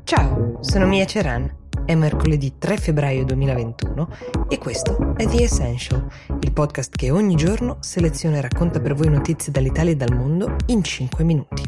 Ciao, sono Mia Ceran. È mercoledì 3 febbraio 2021 e questo è The Essential, il podcast che ogni giorno seleziona e racconta per voi notizie dall'Italia e dal mondo in 5 minuti.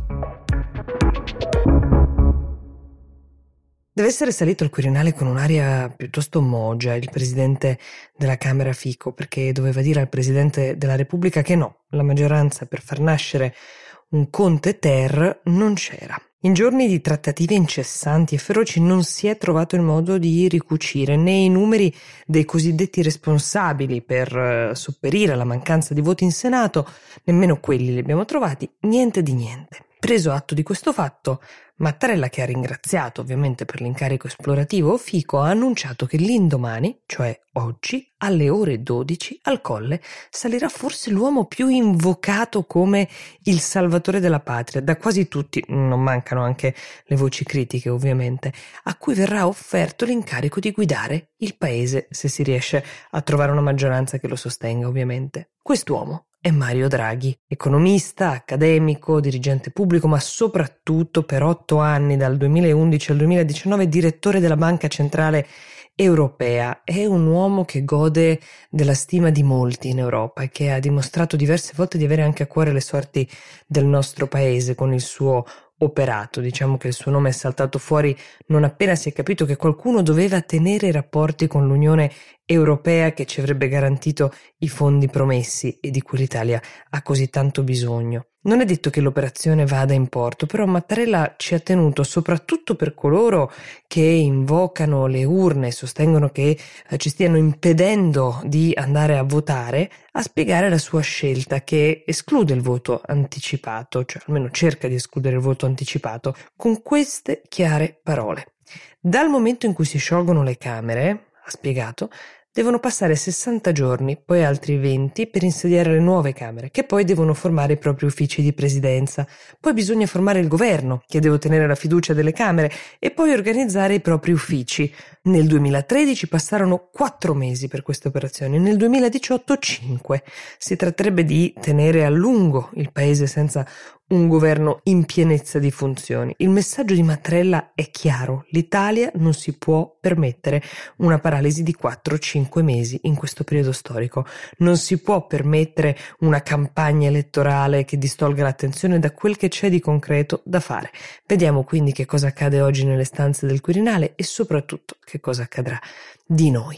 Deve essere salito al Quirinale con un'aria piuttosto mogia il presidente della Camera Fico, perché doveva dire al presidente della Repubblica che no, la maggioranza per far nascere un Conte-ter non c'era. In giorni di trattative incessanti e feroci non si è trovato il modo di ricucire né i numeri dei cosiddetti responsabili per sopperire alla mancanza di voti in Senato, nemmeno quelli li abbiamo trovati, niente di niente. Preso atto di questo fatto, Mattarella, che ha ringraziato ovviamente per l'incarico esplorativo Fico, ha annunciato che l'indomani, cioè oggi, alle ore 12, al Colle salirà forse l'uomo più invocato come il salvatore della patria, da quasi tutti, non mancano anche le voci critiche ovviamente, a cui verrà offerto l'incarico di guidare il paese se si riesce a trovare una maggioranza che lo sostenga ovviamente. Quest'uomo è Mario Draghi, economista, accademico, dirigente pubblico, ma soprattutto per 8 anni, dal 2011 al 2019, direttore della Banca Centrale Europea. È un uomo che gode della stima di molti in Europa e che ha dimostrato diverse volte di avere anche a cuore le sorti del nostro paese con il suo operato. Diciamo che il suo nome è saltato fuori non appena si è capito che qualcuno doveva tenere i rapporti con l'Unione Europea che ci avrebbe garantito i fondi promessi e di cui l'Italia ha così tanto bisogno. Non è detto che l'operazione vada in porto, però Mattarella ci ha tenuto, soprattutto per coloro che invocano le urne e sostengono che ci stiano impedendo di andare a votare, a spiegare la sua scelta che esclude il voto anticipato, cioè almeno cerca di escludere il voto anticipato, con queste chiare parole. Dal momento in cui si sciolgono le Camere, ha spiegato, devono passare 60 giorni, poi altri 20 per insediare le nuove Camere, che poi devono formare i propri uffici di presidenza. Poi bisogna formare il governo, che deve ottenere la fiducia delle Camere, e poi organizzare i propri uffici. Nel 2013 passarono 4 mesi per queste operazioni, nel 2018 5. Si tratterebbe di tenere a lungo il paese senza un governo in pienezza di funzioni. Il messaggio di Mattarella è chiaro: l'Italia non si può permettere una paralisi di 4-5 mesi in questo periodo storico. Non si può permettere una campagna elettorale che distolga l'attenzione da quel che c'è di concreto da fare. Vediamo quindi che cosa accade oggi nelle stanze del Quirinale e soprattutto che cosa accadrà di noi.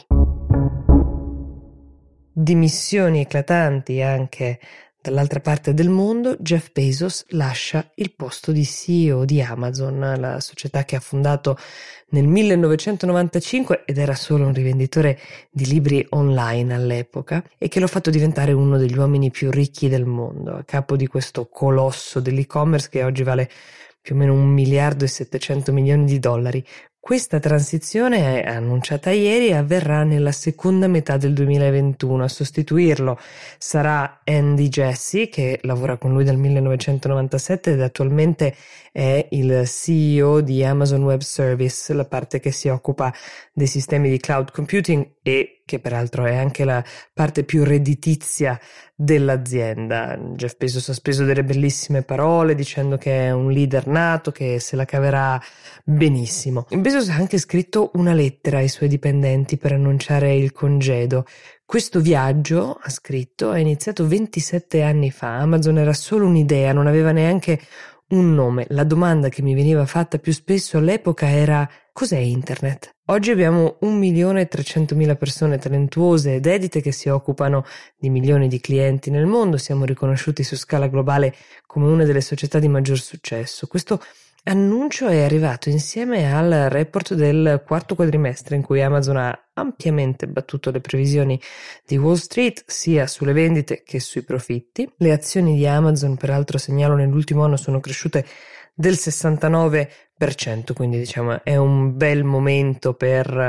Dimissioni eclatanti anche dall'altra parte del mondo. Jeff Bezos lascia il posto di CEO di Amazon, la società che ha fondato nel 1995 ed era solo un rivenditore di libri online all'epoca e che lo ha fatto diventare uno degli uomini più ricchi del mondo, a capo di questo colosso dell'e-commerce che oggi vale più o meno 1,7 miliardi. Questa transizione, annunciata ieri, avverrà nella seconda metà del 2021. A sostituirlo sarà Andy Jassy, che lavora con lui dal 1997 ed attualmente è il CEO di Amazon Web Service, la parte che si occupa dei sistemi di cloud computing e che peraltro è anche la parte più redditizia dell'azienda. Jeff Bezos ha speso delle bellissime parole dicendo che è un leader nato, che se la caverà benissimo. Bezos ha anche scritto una lettera ai suoi dipendenti per annunciare il congedo. Questo viaggio, ha scritto, è iniziato 27 anni fa. Amazon era solo un'idea, non aveva neanche un nome. La domanda che mi veniva fatta più spesso all'epoca era: cos'è internet? Oggi abbiamo 1.300.000 persone talentuose e dedite che si occupano di milioni di clienti nel mondo. Siamo riconosciuti su scala globale come una delle società di maggior successo. Questo annuncio è arrivato insieme al report del quarto quadrimestre in cui Amazon ha ampiamente battuto le previsioni di Wall Street sia sulle vendite che sui profitti. Le azioni di Amazon, peraltro, segnalo nell'ultimo anno sono cresciute del 69%, quindi diciamo è un bel momento per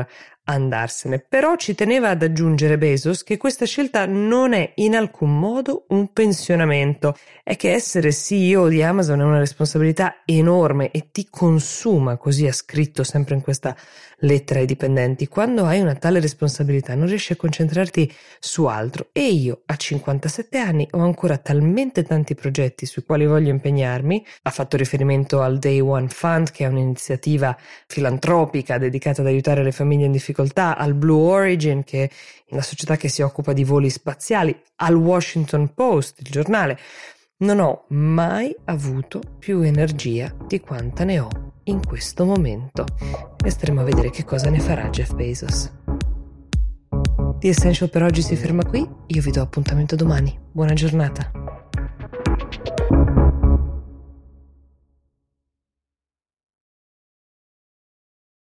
andarsene. Però ci teneva ad aggiungere Bezos che questa scelta non è in alcun modo un pensionamento, è che essere CEO di Amazon è una responsabilità enorme e ti consuma, così ha scritto sempre in questa lettera ai dipendenti. Quando hai una tale responsabilità non riesci a concentrarti su altro, e io a 57 anni ho ancora talmente tanti progetti sui quali voglio impegnarmi. Ha fatto riferimento al Day One Fund, che è un'iniziativa filantropica dedicata ad aiutare le famiglie in difficoltà, al Blue Origin, che è una società che si occupa di voli spaziali, al Washington Post, il giornale. Non ho mai avuto più energia di quanta ne ho in questo momento. E staremo a vedere che cosa ne farà Jeff Bezos. The Essential per oggi si ferma qui, io vi do appuntamento domani. Buona giornata.